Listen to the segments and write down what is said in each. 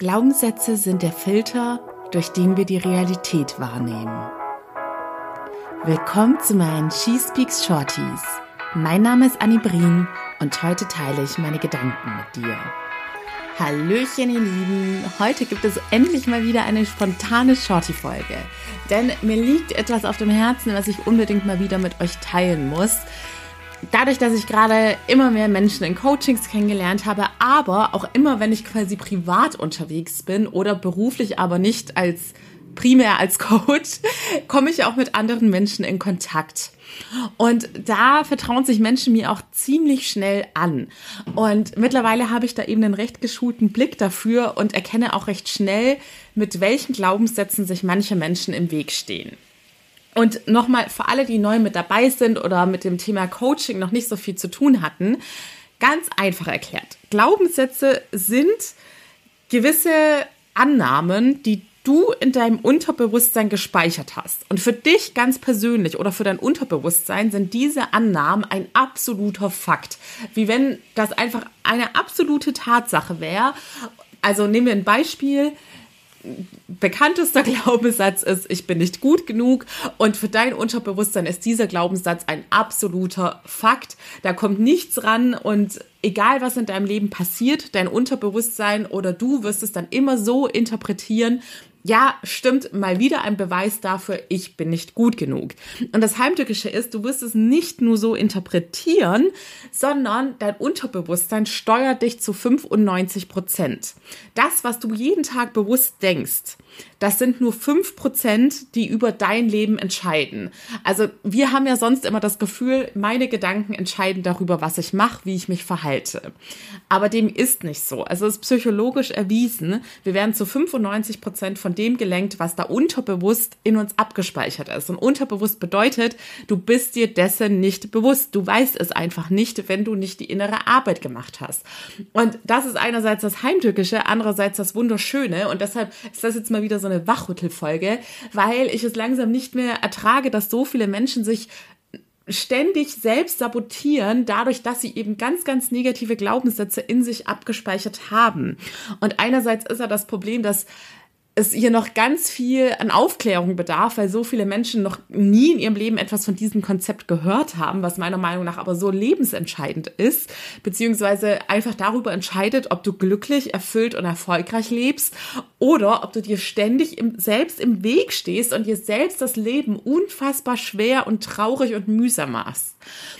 Glaubenssätze sind der Filter, durch den wir die Realität wahrnehmen. Willkommen zu meinen She Speaks Shorties. Mein Name ist Annie Brien und heute teile ich meine Gedanken mit dir. Hallöchen ihr Lieben, heute gibt es endlich mal wieder eine spontane Shorty-Folge. Denn mir liegt etwas auf dem Herzen, was ich unbedingt mal wieder mit euch teilen muss. Dadurch, dass ich gerade immer mehr Menschen in Coachings kennengelernt habe, aber auch immer, wenn ich quasi privat unterwegs bin oder beruflich, aber nicht primär als Coach, komme ich auch mit anderen Menschen in Kontakt. Und da vertrauen sich Menschen mir auch ziemlich schnell an. Und mittlerweile habe ich da eben einen recht geschulten Blick dafür und erkenne auch recht schnell, mit welchen Glaubenssätzen sich manche Menschen im Weg stehen. Und nochmal für alle, die neu mit dabei sind oder mit dem Thema Coaching noch nicht so viel zu tun hatten, ganz einfach erklärt. Glaubenssätze sind gewisse Annahmen, die du in deinem Unterbewusstsein gespeichert hast. Und für dich ganz persönlich oder für dein Unterbewusstsein sind diese Annahmen ein absoluter Fakt. Wie wenn das einfach eine absolute Tatsache wäre. Also nehmen wir ein Beispiel. Bekanntester Glaubenssatz ist, ich bin nicht gut genug, und für dein Unterbewusstsein ist dieser Glaubenssatz ein absoluter Fakt. Da kommt nichts ran und egal was in deinem Leben passiert, dein Unterbewusstsein oder du wirst es dann immer so interpretieren, ja, stimmt, mal wieder ein Beweis dafür, ich bin nicht gut genug. Und das Heimtückische ist, du wirst es nicht nur so interpretieren, sondern dein Unterbewusstsein steuert dich zu 95%. Das, was du jeden Tag bewusst denkst, das sind nur 5%, die über dein Leben entscheiden. Also wir haben ja sonst immer das Gefühl, meine Gedanken entscheiden darüber, was ich mache, wie ich mich verhalte. Aber dem ist nicht so. Also es ist psychologisch erwiesen, wir werden zu 95% von dem gelenkt, was da unterbewusst in uns abgespeichert ist. Und unterbewusst bedeutet, du bist dir dessen nicht bewusst. Du weißt es einfach nicht, wenn du nicht die innere Arbeit gemacht hast. Und das ist einerseits das Heimtückische, andererseits das Wunderschöne. Und deshalb ist das jetzt mal wieder so eine Wachrüttelfolge, weil ich es langsam nicht mehr ertrage, dass so viele Menschen sich ständig selbst sabotieren, dadurch, dass sie eben ganz, ganz negative Glaubenssätze in sich abgespeichert haben. Und einerseits ist ja das Problem, dass es hier noch ganz viel an Aufklärung bedarf, weil so viele Menschen noch nie in ihrem Leben etwas von diesem Konzept gehört haben, was meiner Meinung nach aber so lebensentscheidend ist, beziehungsweise einfach darüber entscheidet, ob du glücklich, erfüllt und erfolgreich lebst oder ob du dir ständig selbst im Weg stehst und dir selbst das Leben unfassbar schwer und traurig und mühsam machst.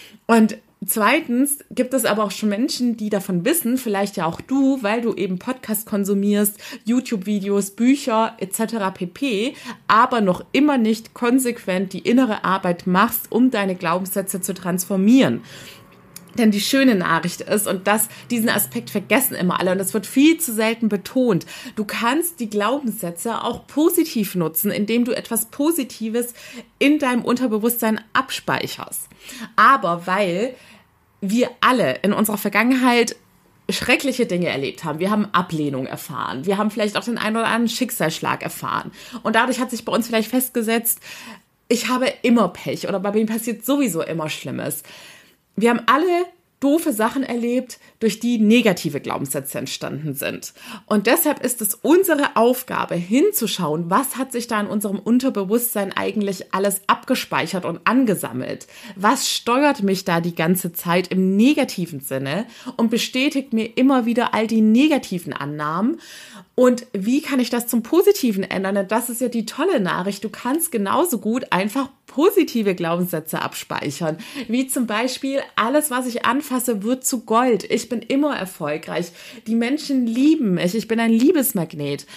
Und zweitens gibt es aber auch schon Menschen, die davon wissen, vielleicht ja auch du, weil du eben Podcast konsumierst, YouTube-Videos, Bücher etc. pp., aber noch immer nicht konsequent die innere Arbeit machst, um deine Glaubenssätze zu transformieren. Denn die schöne Nachricht ist, und diesen Aspekt vergessen immer alle, und das wird viel zu selten betont, du kannst die Glaubenssätze auch positiv nutzen, indem du etwas Positives in deinem Unterbewusstsein abspeicherst. Aber weil wir alle in unserer Vergangenheit schreckliche Dinge erlebt haben. Wir haben Ablehnung erfahren. Wir haben vielleicht auch den einen oder anderen Schicksalsschlag erfahren. Und dadurch hat sich bei uns vielleicht festgesetzt, ich habe immer Pech oder bei mir passiert sowieso immer Schlimmes. Wir haben alle doofe Sachen erlebt, durch die negative Glaubenssätze entstanden sind. Und deshalb ist es unsere Aufgabe, hinzuschauen, was hat sich da in unserem Unterbewusstsein eigentlich alles abgespeichert und angesammelt? Was steuert mich da die ganze Zeit im negativen Sinne und bestätigt mir immer wieder all die negativen Annahmen? Und wie kann ich das zum Positiven ändern? Denn das ist ja die tolle Nachricht. Du kannst genauso gut einfach positive Glaubenssätze abspeichern. Wie zum Beispiel, alles, was ich anfasse, wird zu Gold. Ich bin immer erfolgreich. Die Menschen lieben mich. Ich bin ein Liebesmagnet.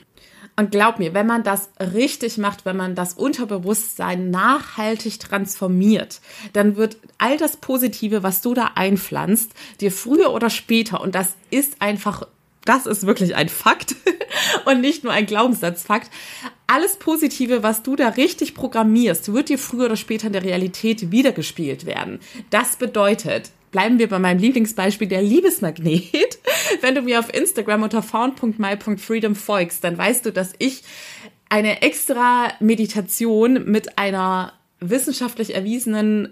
Und glaub mir, wenn man das richtig macht, wenn man das Unterbewusstsein nachhaltig transformiert, dann wird all das Positive, was du da einpflanzt, dir früher oder später, und das ist wirklich ein Fakt und nicht nur ein Glaubenssatzfakt. Alles Positive, was du da richtig programmierst, wird dir früher oder später in der Realität wiedergespiegelt werden. Das bedeutet, bleiben wir bei meinem Lieblingsbeispiel, der Liebesmagnet. Wenn du mir auf Instagram unter found.my.freedom folgst, dann weißt du, dass ich eine extra Meditation mit einer wissenschaftlich erwiesenen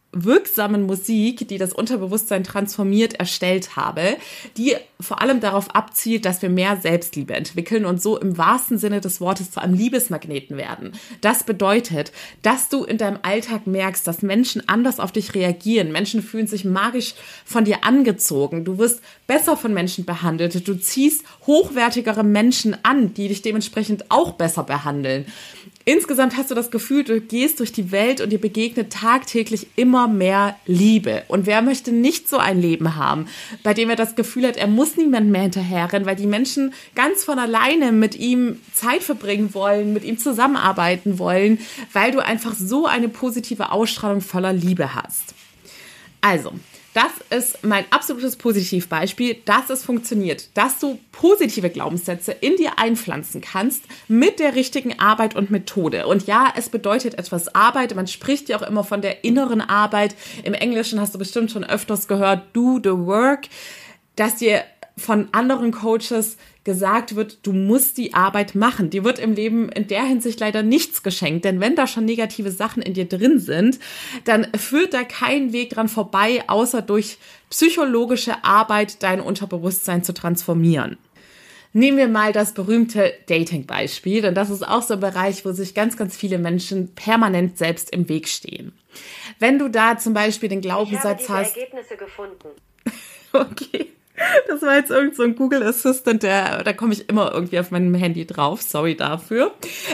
wirksamen Musik, die das Unterbewusstsein transformiert, erstellt habe, die vor allem darauf abzielt, dass wir mehr Selbstliebe entwickeln und so im wahrsten Sinne des Wortes zu einem Liebesmagneten werden. Das bedeutet, dass du in deinem Alltag merkst, dass Menschen anders auf dich reagieren. Menschen fühlen sich magisch von dir angezogen. Du wirst besser von Menschen behandelt. Du ziehst hochwertigere Menschen an, die dich dementsprechend auch besser behandeln. Insgesamt hast du das Gefühl, du gehst durch die Welt und dir begegnet tagtäglich immer mehr Liebe. Und wer möchte nicht so ein Leben haben, bei dem er das Gefühl hat, er muss niemand mehr hinterherrennen, weil die Menschen ganz von alleine mit ihm Zeit verbringen wollen, mit ihm zusammenarbeiten wollen, weil du einfach so eine positive Ausstrahlung voller Liebe hast. Also, das ist mein absolutes Positivbeispiel, dass es funktioniert, dass du positive Glaubenssätze in dir einpflanzen kannst mit der richtigen Arbeit und Methode. Und ja, es bedeutet etwas Arbeit. Man spricht ja auch immer von der inneren Arbeit. Im Englischen hast du bestimmt schon öfters gehört, do the work, dass dir von anderen Coaches gesagt wird, du musst die Arbeit machen. Dir wird im Leben in der Hinsicht leider nichts geschenkt, denn wenn da schon negative Sachen in dir drin sind, dann führt da kein Weg dran vorbei, außer durch psychologische Arbeit dein Unterbewusstsein zu transformieren. Nehmen wir mal das berühmte Dating-Beispiel, denn das ist auch so ein Bereich, wo sich ganz, ganz viele Menschen permanent selbst im Weg stehen. Wenn du da zum Beispiel den Glaubenssatz hast... Ich habe diese Ergebnisse gefunden. Okay. Das war jetzt irgend so ein Google Assistant, da komme ich immer irgendwie auf meinem Handy drauf. Sorry dafür.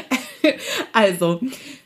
Also,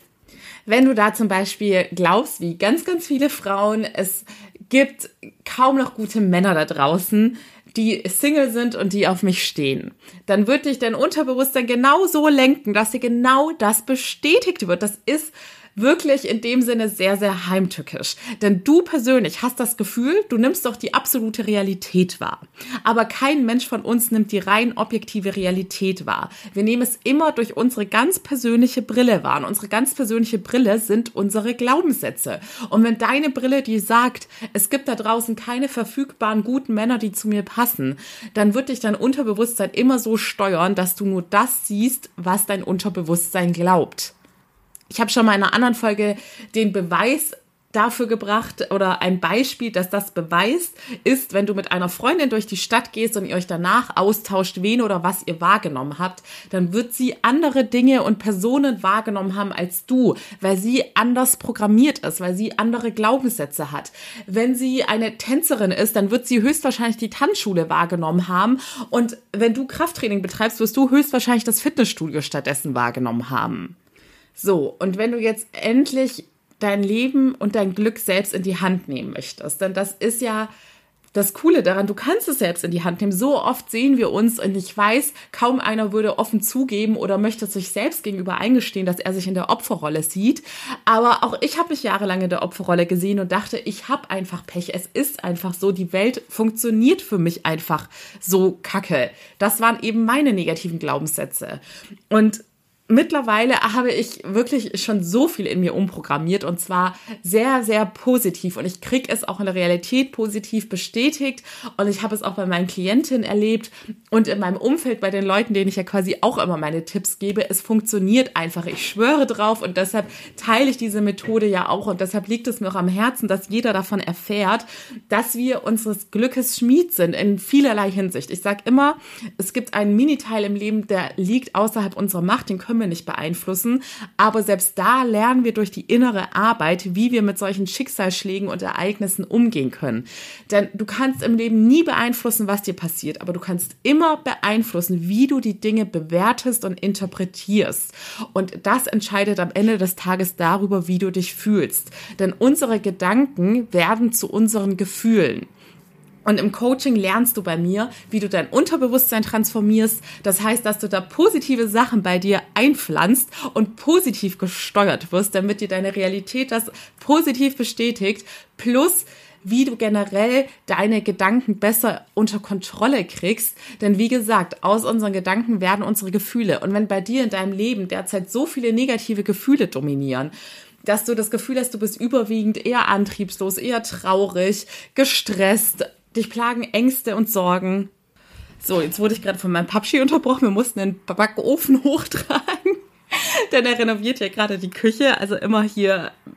wenn du da zum Beispiel glaubst, wie ganz, ganz viele Frauen, es gibt kaum noch gute Männer da draußen, die Single sind und die auf mich stehen, dann wird dich dein Unterbewusstsein genau so lenken, dass dir genau das bestätigt wird. Das ist wirklich in dem Sinne sehr, sehr heimtückisch. Denn du persönlich hast das Gefühl, du nimmst doch die absolute Realität wahr. Aber kein Mensch von uns nimmt die rein objektive Realität wahr. Wir nehmen es immer durch unsere ganz persönliche Brille wahr. Und unsere ganz persönliche Brille sind unsere Glaubenssätze. Und wenn deine Brille dir sagt, es gibt da draußen keine verfügbaren guten Männer, die zu mir passen, dann wird dich dein Unterbewusstsein immer so steuern, dass du nur das siehst, was dein Unterbewusstsein glaubt. Ich habe schon mal in einer anderen Folge den Beweis dafür gebracht oder ein Beispiel, dass das beweist, ist, wenn du mit einer Freundin durch die Stadt gehst und ihr euch danach austauscht, wen oder was ihr wahrgenommen habt, dann wird sie andere Dinge und Personen wahrgenommen haben als du, weil sie anders programmiert ist, weil sie andere Glaubenssätze hat. Wenn sie eine Tänzerin ist, dann wird sie höchstwahrscheinlich die Tanzschule wahrgenommen haben und wenn du Krafttraining betreibst, wirst du höchstwahrscheinlich das Fitnessstudio stattdessen wahrgenommen haben. So, und wenn du jetzt endlich dein Leben und dein Glück selbst in die Hand nehmen möchtest, denn das ist ja das Coole daran, du kannst es selbst in die Hand nehmen. So oft sehen wir uns und ich weiß, kaum einer würde offen zugeben oder möchte sich selbst gegenüber eingestehen, dass er sich in der Opferrolle sieht. Aber auch ich habe mich jahrelang in der Opferrolle gesehen und dachte, ich habe einfach Pech. Es ist einfach so, die Welt funktioniert für mich einfach so kacke. Das waren eben meine negativen Glaubenssätze. Und mittlerweile habe ich wirklich schon so viel in mir umprogrammiert und zwar sehr, sehr positiv und ich kriege es auch in der Realität positiv bestätigt und ich habe es auch bei meinen Klientinnen erlebt und in meinem Umfeld bei den Leuten, denen ich ja quasi auch immer meine Tipps gebe. Es funktioniert einfach. Ich schwöre drauf und deshalb teile ich diese Methode ja auch und deshalb liegt es mir auch am Herzen, dass jeder davon erfährt, dass wir unseres Glückes Schmied sind in vielerlei Hinsicht. Ich sage immer, es gibt einen Miniteil im Leben, der liegt außerhalb unserer Macht, den können wir nicht beeinflussen, aber selbst da lernen wir durch die innere Arbeit, wie wir mit solchen Schicksalsschlägen und Ereignissen umgehen können. Denn du kannst im Leben nie beeinflussen, was dir passiert, aber du kannst immer beeinflussen, wie du die Dinge bewertest und interpretierst. Und das entscheidet am Ende des Tages darüber, wie du dich fühlst. Denn unsere Gedanken werden zu unseren Gefühlen. Und im Coaching lernst du bei mir, wie du dein Unterbewusstsein transformierst. Das heißt, dass du da positive Sachen bei dir einpflanzt und positiv gesteuert wirst, damit dir deine Realität das positiv bestätigt. Plus, wie du generell deine Gedanken besser unter Kontrolle kriegst. Denn wie gesagt, aus unseren Gedanken werden unsere Gefühle. Und wenn bei dir in deinem Leben derzeit so viele negative Gefühle dominieren, dass du das Gefühl hast, du bist überwiegend eher antriebslos, eher traurig, gestresst, dich plagen Ängste und Sorgen. So, jetzt wurde ich gerade von meinem Pappschi unterbrochen. Wir mussten den Backofen hochtragen, denn er renoviert ja gerade die Küche. Also immer hier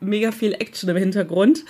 mega viel Action im Hintergrund.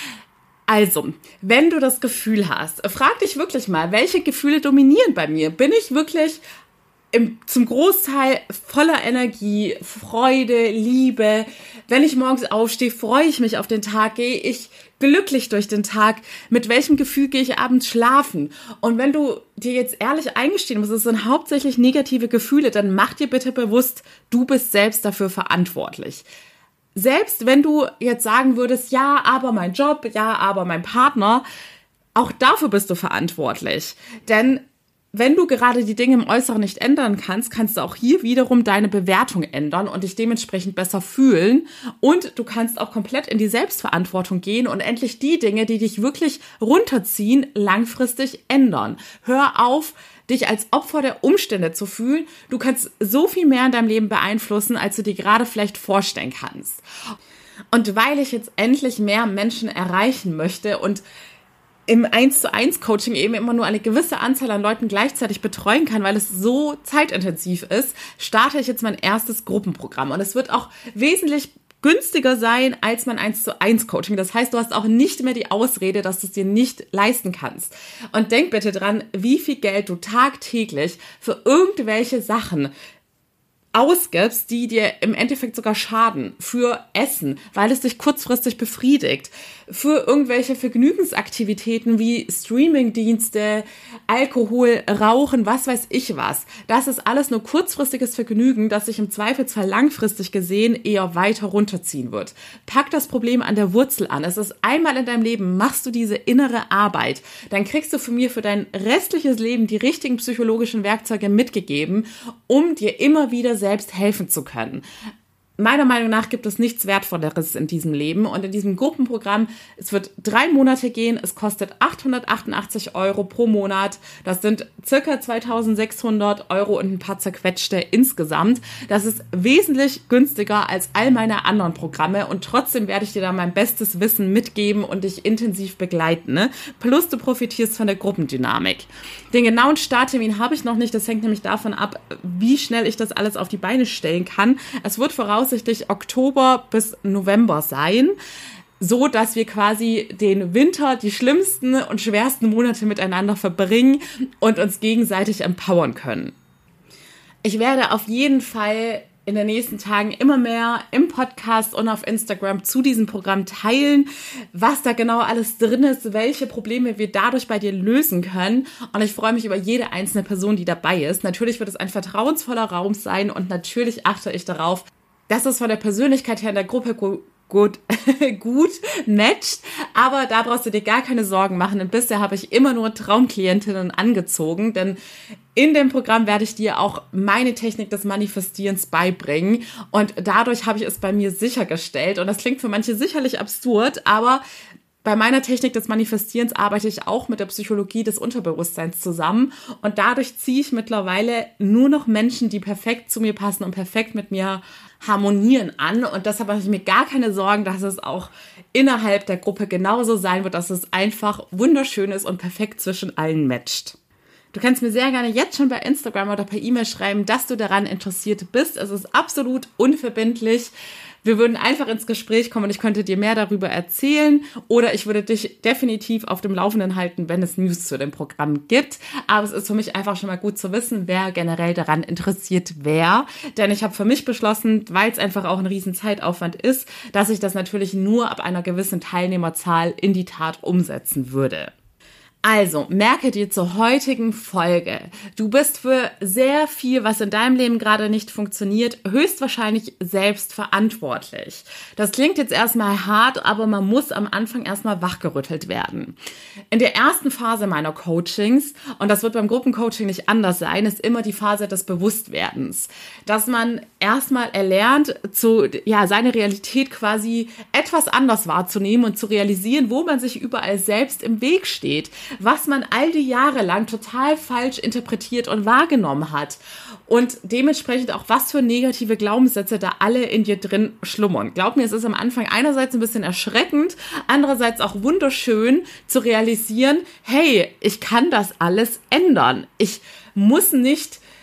Also, wenn du das Gefühl hast, frag dich wirklich mal, welche Gefühle dominieren bei mir? Bin ich wirklich zum Großteil voller Energie, Freude, Liebe? Wenn ich morgens aufstehe, freue ich mich auf den Tag, gehe ich glücklich durch den Tag? Mit welchem Gefühl gehe ich abends schlafen? Und wenn du dir jetzt ehrlich eingestehen musst, es sind hauptsächlich negative Gefühle, dann mach dir bitte bewusst, du bist selbst dafür verantwortlich. Selbst wenn du jetzt sagen würdest, ja, aber mein Job, ja, aber mein Partner, auch dafür bist du verantwortlich. Denn wenn du gerade die Dinge im Äußeren nicht ändern kannst, kannst du auch hier wiederum deine Bewertung ändern und dich dementsprechend besser fühlen. Und du kannst auch komplett in die Selbstverantwortung gehen und endlich die Dinge, die dich wirklich runterziehen, langfristig ändern. Hör auf, dich als Opfer der Umstände zu fühlen. Du kannst so viel mehr in deinem Leben beeinflussen, als du dir gerade vielleicht vorstellen kannst. Und weil ich jetzt endlich mehr Menschen erreichen möchte und im 1:1 Coaching eben immer nur eine gewisse Anzahl an Leuten gleichzeitig betreuen kann, weil es so zeitintensiv ist, starte ich jetzt mein erstes Gruppenprogramm. Und es wird auch wesentlich günstiger sein als mein 1:1 Coaching. Das heißt, du hast auch nicht mehr die Ausrede, dass du es dir nicht leisten kannst. Und denk bitte dran, wie viel Geld du tagtäglich für irgendwelche Sachen ausgibst, die dir im Endeffekt sogar schaden, für Essen, weil es dich kurzfristig befriedigt, für irgendwelche Vergnügensaktivitäten wie Streamingdienste, Alkohol, Rauchen, was weiß ich was. Das ist alles nur kurzfristiges Vergnügen, das sich im Zweifelsfall langfristig gesehen eher weiter runterziehen wird. Pack das Problem an der Wurzel an. Es ist einmal in deinem Leben, machst du diese innere Arbeit, dann kriegst du von mir für dein restliches Leben die richtigen psychologischen Werkzeuge mitgegeben, um dir immer wieder selbst helfen zu können. Meiner Meinung nach gibt es nichts Wertvolleres in diesem Leben und in diesem Gruppenprogramm, es wird 3 Monate gehen, es kostet 888 € pro Monat, das sind circa 2.600 € und ein paar zerquetschte insgesamt. Das ist wesentlich günstiger als all meine anderen Programme und trotzdem werde ich dir da mein bestes Wissen mitgeben und dich intensiv begleiten, ne? Plus du profitierst von der Gruppendynamik. Den genauen Starttermin habe ich noch nicht, das hängt nämlich davon ab, wie schnell ich das alles auf die Beine stellen kann. Es wird voraussichtlich Oktober bis November sein, so dass wir quasi den Winter, die schlimmsten und schwersten Monate miteinander verbringen und uns gegenseitig empowern können. Ich werde auf jeden Fall in den nächsten Tagen immer mehr im Podcast und auf Instagram zu diesem Programm teilen, was da genau alles drin ist, welche Probleme wir dadurch bei dir lösen können. Und ich freue mich über jede einzelne Person, die dabei ist. Natürlich wird es ein vertrauensvoller Raum sein und natürlich achte ich darauf, dass es von der Persönlichkeit her in der Gruppe gut matcht, aber da brauchst du dir gar keine Sorgen machen, denn bisher habe ich immer nur Traumklientinnen angezogen, denn in dem Programm werde ich dir auch meine Technik des Manifestierens beibringen und dadurch habe ich es bei mir sichergestellt und das klingt für manche sicherlich absurd, aber bei meiner Technik des Manifestierens arbeite ich auch mit der Psychologie des Unterbewusstseins zusammen und dadurch ziehe ich mittlerweile nur noch Menschen, die perfekt zu mir passen und perfekt mit mir harmonieren an und deshalb mache ich mir gar keine Sorgen, dass es auch innerhalb der Gruppe genauso sein wird, dass es einfach wunderschön ist und perfekt zwischen allen matcht. Du kannst mir sehr gerne jetzt schon bei Instagram oder per E-Mail schreiben, dass du daran interessiert bist. Es ist absolut unverbindlich. Wir würden einfach ins Gespräch kommen und ich könnte dir mehr darüber erzählen oder ich würde dich definitiv auf dem Laufenden halten, wenn es News zu dem Programm gibt. Aber es ist für mich einfach schon mal gut zu wissen, wer generell daran interessiert wäre. Denn ich habe für mich beschlossen, weil es einfach auch ein riesen Zeitaufwand ist, dass ich das natürlich nur ab einer gewissen Teilnehmerzahl in die Tat umsetzen würde. Also, merke dir zur heutigen Folge, du bist für sehr viel, was in deinem Leben gerade nicht funktioniert, höchstwahrscheinlich selbst verantwortlich. Das klingt jetzt erstmal hart, aber man muss am Anfang erstmal wachgerüttelt werden. In der ersten Phase meiner Coachings, und das wird beim Gruppencoaching nicht anders sein, ist immer die Phase des Bewusstwerdens. Dass man erstmal erlernt, seine Realität quasi etwas anders wahrzunehmen und zu realisieren, wo man sich überall selbst im Weg steht, was man all die Jahre lang total falsch interpretiert und wahrgenommen hat und dementsprechend auch, was für negative Glaubenssätze da alle in dir drin schlummern. Glaub mir, es ist am Anfang einerseits ein bisschen erschreckend, andererseits auch wunderschön zu realisieren, hey, ich kann das alles ändern. Ich muss nicht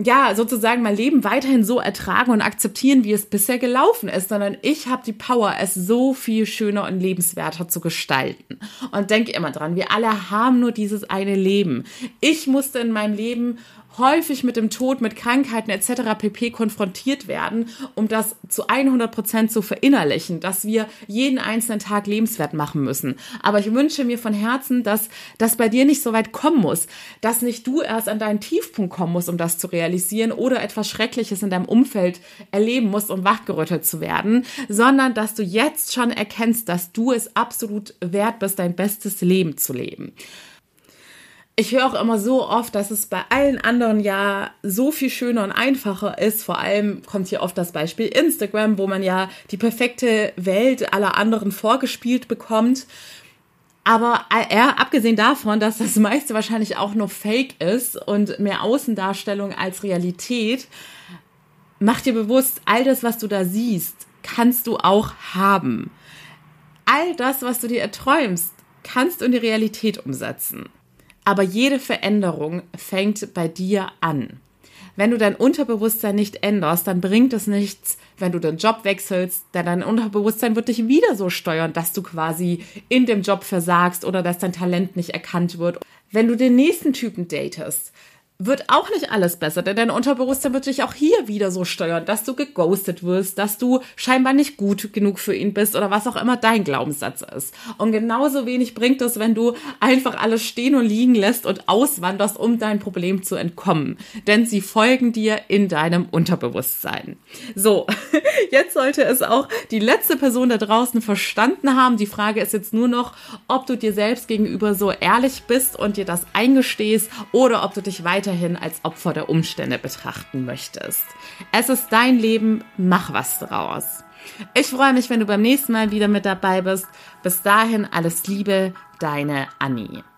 sozusagen mein Leben weiterhin so ertragen und akzeptieren, wie es bisher gelaufen ist, sondern ich habe die Power, es so viel schöner und lebenswerter zu gestalten. Und denke immer dran, wir alle haben nur dieses eine Leben. Ich musste in meinem Leben häufig mit dem Tod, mit Krankheiten etc. pp. Konfrontiert werden, um das zu 100% zu verinnerlichen, dass wir jeden einzelnen Tag lebenswert machen müssen. Aber ich wünsche mir von Herzen, dass das bei dir nicht so weit kommen muss, dass nicht du erst an deinen Tiefpunkt kommen musst, um das zu realisieren oder etwas Schreckliches in deinem Umfeld erleben musst, um wachgerüttelt zu werden, sondern dass du jetzt schon erkennst, dass du es absolut wert bist, dein bestes Leben zu leben. Ich höre auch immer so oft, dass es bei allen anderen ja so viel schöner und einfacher ist. Vor allem kommt hier oft das Beispiel Instagram, wo man ja die perfekte Welt aller anderen vorgespielt bekommt. Aber abgesehen davon, dass das meiste wahrscheinlich auch nur Fake ist und mehr Außendarstellung als Realität, mach dir bewusst, all das, was du da siehst, kannst du auch haben. All das, was du dir erträumst, kannst du in die Realität umsetzen. Aber jede Veränderung fängt bei dir an. Wenn du dein Unterbewusstsein nicht änderst, dann bringt es nichts, wenn du den Job wechselst, denn dein Unterbewusstsein wird dich wieder so steuern, dass du quasi in dem Job versagst oder dass dein Talent nicht erkannt wird. Wenn du den nächsten Typen datest, wird auch nicht alles besser, denn dein Unterbewusstsein wird dich auch hier wieder so steuern, dass du geghostet wirst, dass du scheinbar nicht gut genug für ihn bist oder was auch immer dein Glaubenssatz ist. Und genauso wenig bringt es, wenn du einfach alles stehen und liegen lässt und auswanderst, um dein Problem zu entkommen. Denn sie folgen dir in deinem Unterbewusstsein. So, jetzt sollte es auch die letzte Person da draußen verstanden haben. Die Frage ist jetzt nur noch, ob du dir selbst gegenüber so ehrlich bist und dir das eingestehst oder ob du dich weiterhin als Opfer der Umstände betrachten möchtest. Es ist dein Leben, mach was draus. Ich freue mich, wenn du beim nächsten Mal wieder mit dabei bist. Bis dahin alles Liebe, deine Anni.